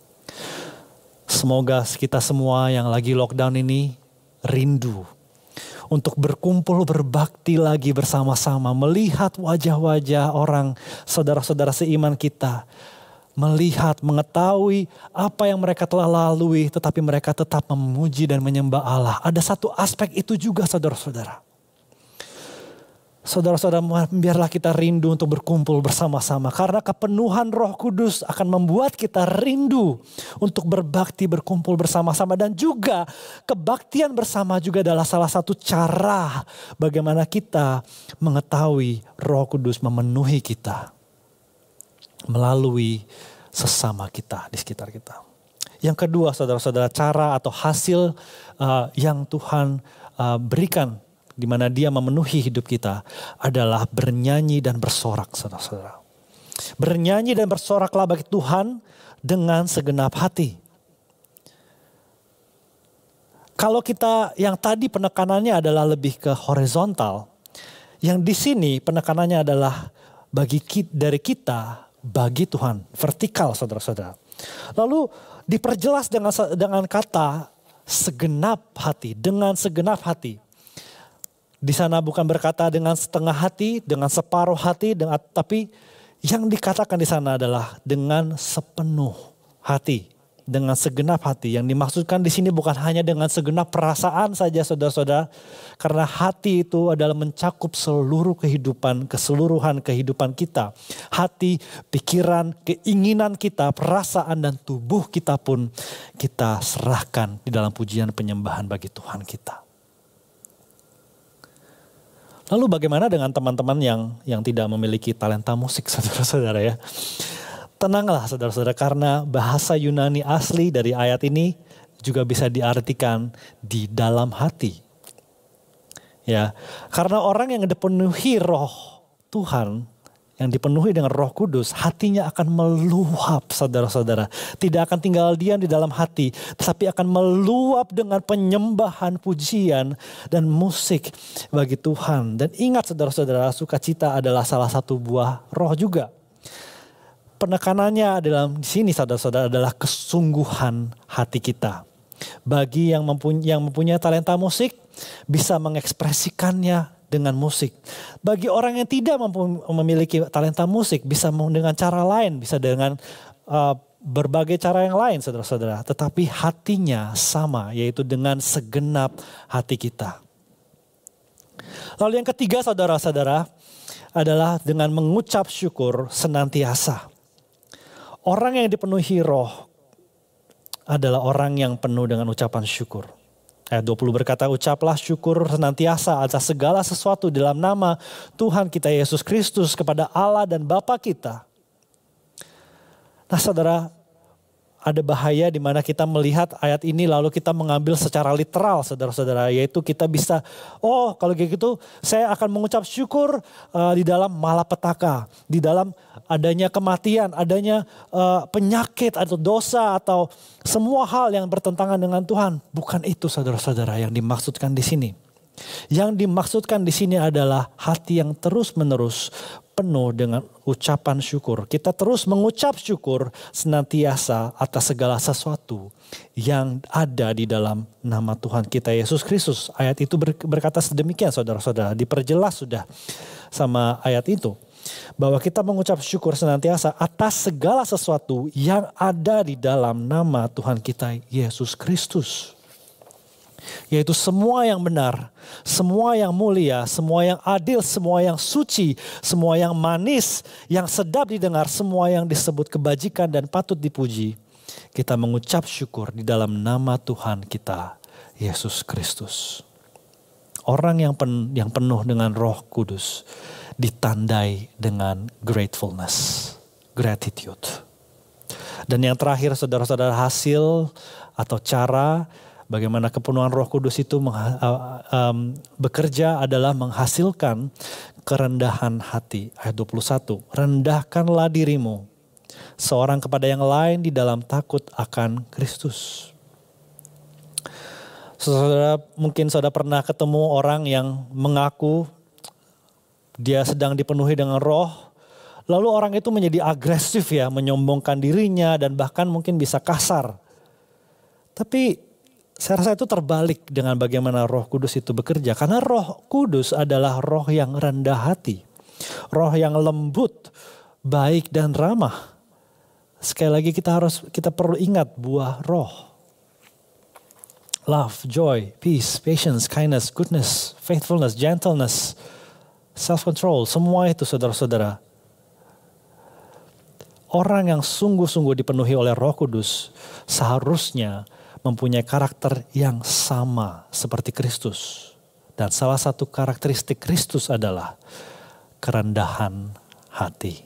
Speaker 1: Semoga kita semua yang lagi lockdown ini rindu untuk berkumpul berbakti lagi bersama-sama. Melihat wajah-wajah orang saudara-saudara seiman kita. Melihat, mengetahui apa yang mereka telah lalui tetapi mereka tetap memuji dan menyembah Allah. Ada satu aspek itu juga saudara-saudara. Saudara-saudara, biarlah kita rindu untuk berkumpul bersama-sama. Karena kepenuhan Roh Kudus akan membuat kita rindu untuk berbakti, berkumpul bersama-sama. Dan juga kebaktian bersama juga adalah salah satu cara bagaimana kita mengetahui Roh Kudus memenuhi kita. Melalui sesama kita di sekitar kita. Yang kedua saudara-saudara, cara atau hasil uh, yang Tuhan uh, berikan di mana Dia memenuhi hidup kita adalah bernyanyi dan bersorak, saudara-saudara. Bernyanyi dan bersoraklah bagi Tuhan dengan segenap hati. Kalau kita yang tadi penekanannya adalah lebih ke horizontal, yang di sini penekanannya adalah bagi kita, dari kita bagi Tuhan, vertikal, saudara-saudara. Lalu diperjelas dengan dengan kata segenap hati, dengan segenap hati. Di sana bukan berkata dengan setengah hati, dengan separuh hati, dengan, tapi yang dikatakan di sana adalah dengan sepenuh hati, dengan segenap hati. Yang dimaksudkan di sini bukan hanya dengan segenap perasaan saja saudara-saudara, karena hati itu adalah mencakup seluruh kehidupan, keseluruhan kehidupan kita. Hati, pikiran, keinginan kita, perasaan dan tubuh kita pun kita serahkan di dalam pujian penyembahan bagi Tuhan kita. Lalu bagaimana dengan teman-teman yang yang tidak memiliki talenta musik, saudara-saudara ya? Tenanglah saudara-saudara, karena bahasa Yunani asli dari ayat ini juga bisa diartikan di dalam hati. Ya, karena orang yang dipenuhi Roh Tuhan, yang dipenuhi dengan Roh Kudus, hatinya akan meluap, saudara-saudara. Tidak akan tinggal diam di dalam hati, tetapi akan meluap dengan penyembahan, pujian, dan musik bagi Tuhan. Dan ingat saudara-saudara, sukacita adalah salah satu buah roh juga. Penekanannya dalam di sini saudara-saudara adalah kesungguhan hati kita. Bagi yang mempunyai, yang mempunyai talenta musik, bisa mengekspresikannya dengan musik. Bagi orang yang tidak memiliki talenta musik, bisa dengan cara lain, bisa dengan uh, berbagai cara yang lain saudara-saudara. Tetapi hatinya sama, yaitu dengan segenap hati kita. Lalu yang ketiga saudara-saudara adalah dengan mengucap syukur senantiasa. Orang yang dipenuhi roh adalah orang yang penuh dengan ucapan syukur. Ayat dua puluh berkata, ucaplah syukur senantiasa atas segala sesuatu dalam nama Tuhan kita Yesus Kristus kepada Allah dan Bapa kita. Nah saudara, ada bahaya di mana kita melihat ayat ini lalu kita mengambil secara literal saudara-saudara. Yaitu kita bisa, oh kalau kayak gitu saya akan mengucap syukur uh, di dalam malapetaka. Di dalam adanya kematian, adanya uh, penyakit atau dosa atau semua hal yang bertentangan dengan Tuhan. Bukan itu saudara-saudara yang dimaksudkan di sini. Yang dimaksudkan di sini adalah hati yang terus-menerus penuh dengan ucapan syukur. Kita terus mengucap syukur senantiasa atas segala sesuatu yang ada di dalam nama Tuhan kita Yesus Kristus. Ayat itu berkata sedemikian saudara-saudara. Diperjelas sudah sama ayat itu. Bahwa kita mengucap syukur senantiasa atas segala sesuatu yang ada di dalam nama Tuhan kita Yesus Kristus. Yaitu semua yang benar, semua yang mulia, semua yang adil, semua yang suci, semua yang manis, yang sedap didengar, semua yang disebut kebajikan dan patut dipuji. Kita mengucap syukur di dalam nama Tuhan kita, Yesus Kristus. Orang yang, pen, yang penuh dengan Roh Kudus ditandai dengan gratefulness, gratitude. Dan yang terakhir saudara-saudara, hasil atau cara bagaimana kepenuhan Roh Kudus itu mengha, um, bekerja adalah menghasilkan kerendahan hati. Ayat dua puluh satu, rendahkanlah dirimu seorang kepada yang lain di dalam takut akan Kristus. Saudara, mungkin saudara pernah ketemu orang yang mengaku dia sedang dipenuhi dengan roh. Lalu orang itu menjadi agresif ya, menyombongkan dirinya dan bahkan mungkin bisa kasar. Tapi saya rasa itu terbalik dengan bagaimana Roh Kudus itu bekerja. Karena Roh Kudus adalah roh yang rendah hati. Roh yang lembut, baik dan ramah. Sekali lagi kita harus kita perlu ingat buah roh. Love, joy, peace, patience, kindness, goodness, faithfulness, gentleness, self-control. Semua itu saudara-saudara. Orang yang sungguh-sungguh dipenuhi oleh Roh Kudus seharusnya mempunyai karakter yang sama seperti Kristus. Dan salah satu karakteristik Kristus adalah kerendahan hati.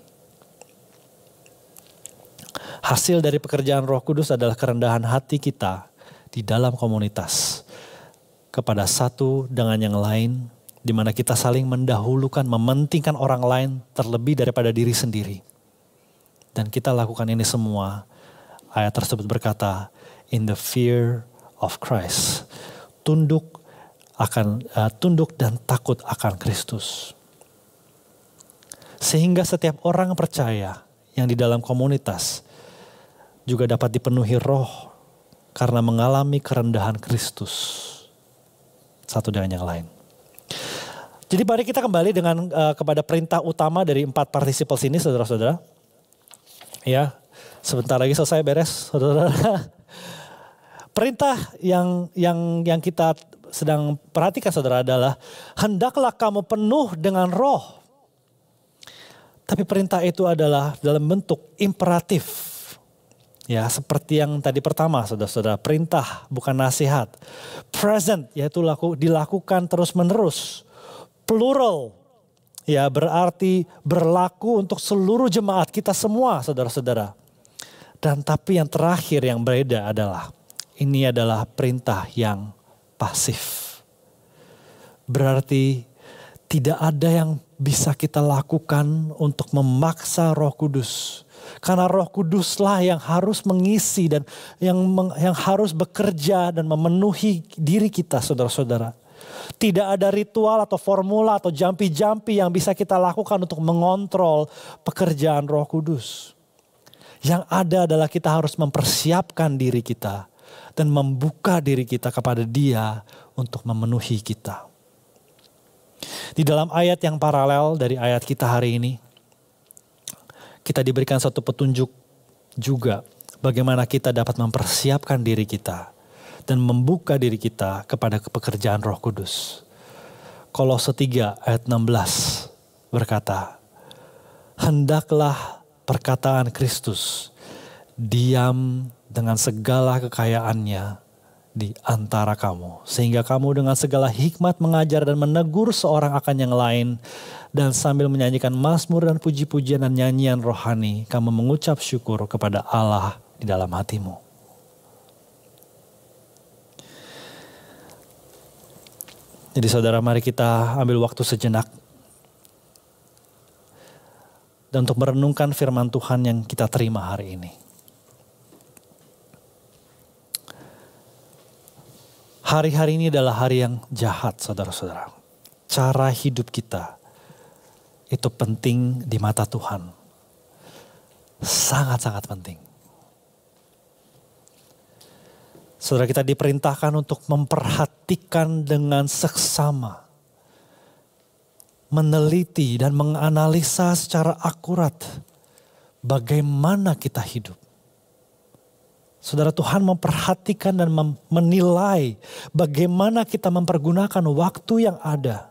Speaker 1: Hasil dari pekerjaan Roh Kudus adalah kerendahan hati kita di dalam komunitas kepada satu dengan yang lain, di mana kita saling mendahulukan, mementingkan orang lain terlebih daripada diri sendiri. Dan kita lakukan ini semua. Ayat tersebut berkata, in the fear of Christ. Tunduk akan uh, tunduk dan takut akan Kristus. Sehingga setiap orang percaya yang di dalam komunitas juga dapat dipenuhi roh karena mengalami kerendahan Kristus satu dengan yang lain. Jadi mari kita kembali dengan uh, kepada perintah utama dari empat participles ini saudara-saudara. Ya, sebentar lagi selesai beres saudara. Perintah yang yang yang kita sedang perhatikan saudara adalah hendaklah kamu penuh dengan roh. Tapi perintah itu adalah dalam bentuk imperatif. Ya, seperti yang tadi pertama saudara-saudara, perintah bukan nasihat. Present yaitu laku, dilakukan terus-menerus. Plural ya berarti berlaku untuk seluruh jemaat kita semua saudara-saudara. Dan tapi yang terakhir yang berbeda adalah ini adalah perintah yang pasif. Berarti Tidak ada yang bisa kita lakukan untuk memaksa Roh Kudus. Karena Roh Kuduslah yang harus mengisi dan yang yang harus bekerja dan memenuhi diri kita, saudara-saudara. Tidak ada ritual atau formula atau jampi-jampi yang bisa kita lakukan untuk mengontrol pekerjaan Roh Kudus. Yang ada adalah kita harus mempersiapkan diri kita dan membuka diri kita kepada Dia untuk memenuhi kita. Di dalam ayat yang paralel dari ayat kita hari ini, kita diberikan satu petunjuk juga bagaimana kita dapat mempersiapkan diri kita dan membuka diri kita kepada pekerjaan Roh Kudus. Kolose tiga ayat enam belas berkata, hendaklah perkataan Kristus diam dengan segala kekayaannya di antara kamu, sehingga kamu dengan segala hikmat mengajar dan menegur seorang akan yang lain, dan sambil menyanyikan mazmur dan puji-pujian dan nyanyian rohani, kamu mengucap syukur kepada Allah di dalam hatimu. Jadi saudara, mari kita ambil waktu sejenak dan untuk merenungkan firman Tuhan yang kita terima hari ini. Hari-hari ini adalah hari yang jahat, saudara-saudara. Cara hidup kita itu penting di mata Tuhan. Sangat-sangat penting. Saudara, kita diperintahkan untuk memperhatikan dengan seksama, meneliti dan menganalisa secara akurat bagaimana kita hidup. Saudara, Tuhan memperhatikan dan menilai bagaimana kita mempergunakan waktu yang ada.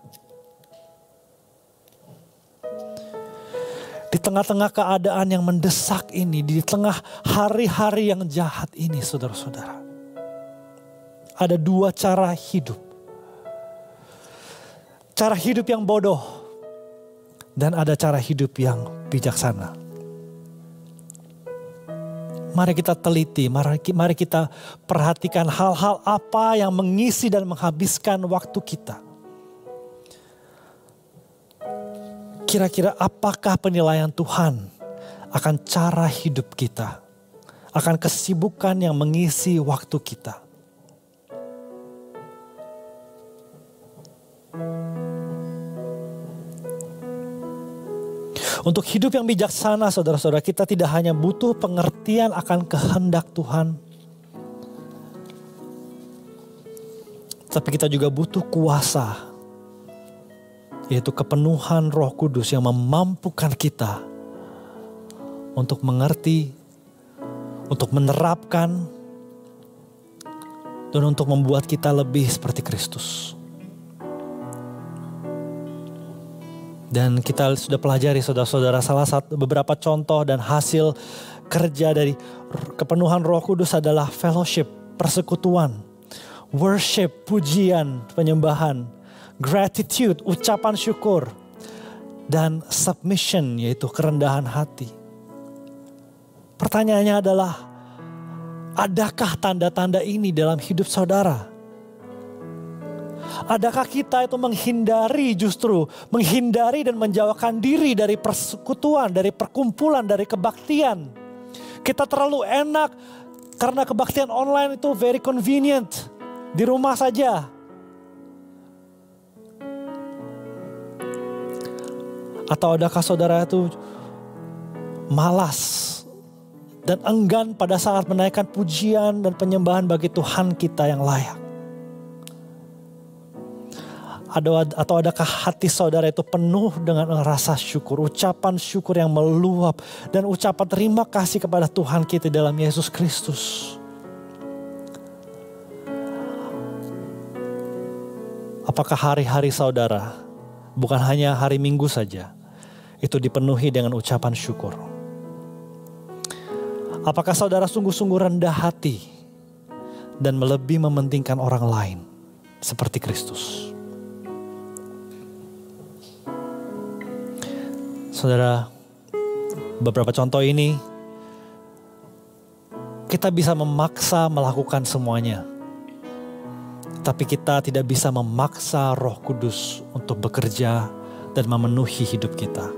Speaker 1: Di tengah-tengah keadaan yang mendesak ini, di tengah hari-hari yang jahat ini, saudara-saudara. Ada dua cara hidup. Cara hidup yang bodoh dan ada cara hidup yang bijaksana. Mari kita teliti, mari, mari kita perhatikan hal-hal apa yang mengisi dan menghabiskan waktu kita. Kira-kira apakah penilaian Tuhan akan cara hidup kita, akan kesibukan yang mengisi waktu kita. Untuk hidup yang bijaksana, saudara-saudara, kita tidak hanya butuh pengertian akan kehendak Tuhan, tapi kita juga butuh kuasa, yaitu kepenuhan Roh Kudus yang memampukan kita untuk mengerti, untuk menerapkan, dan untuk membuat kita lebih seperti Kristus. Dan kita sudah pelajari, saudara-saudara, salah satu beberapa contoh dan hasil kerja dari kepenuhan Roh Kudus adalah fellowship, persekutuan, worship, pujian, penyembahan, gratitude, ucapan syukur, dan submission, yaitu kerendahan hati. Pertanyaannya adalah, adakah tanda-tanda ini dalam hidup saudara? Adakah kita itu menghindari justru, menghindari dan menjauhkan diri dari persekutuan, dari perkumpulan, dari kebaktian. Kita terlalu enak karena kebaktian online itu very convenient. Di rumah saja. Atau adakah saudara itu malas dan enggan pada saat menaikkan pujian dan penyembahan bagi Tuhan kita yang layak? Atau adakah hati saudara itu penuh dengan rasa syukur, ucapan syukur yang meluap, dan ucapan terima kasih kepada Tuhan kita dalam Yesus Kristus? Apakah hari-hari saudara, bukan hanya hari Minggu saja, itu dipenuhi dengan ucapan syukur? Apakah saudara sungguh-sungguh rendah hati dan lebih mementingkan orang lain seperti Kristus? Saudara, beberapa contoh ini kita bisa memaksa melakukan semuanya. Tapi kita tidak bisa memaksa Roh Kudus untuk bekerja dan memenuhi hidup kita.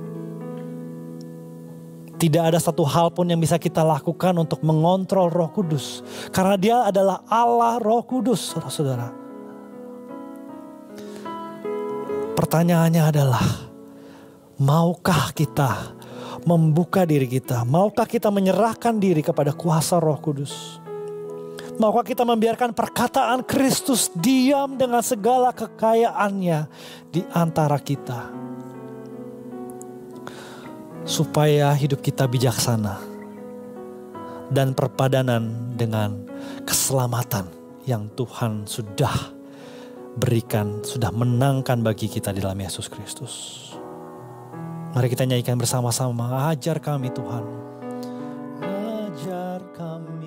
Speaker 1: Tidak ada satu hal pun yang bisa kita lakukan untuk mengontrol Roh Kudus. Karena dia adalah Allah Roh Kudus, saudara-saudara. Pertanyaannya adalah, maukah kita membuka diri kita? Maukah kita menyerahkan diri kepada kuasa Roh Kudus? Maukah kita membiarkan perkataan Kristus diam dengan segala kekayaannya di antara kita? Supaya hidup kita bijaksana dan perpadanan dengan keselamatan yang Tuhan sudah berikan, sudah menangkan bagi kita di dalam Yesus Kristus. Mari kita nyanyikan bersama-sama, ajar kami Tuhan. Ajar kami.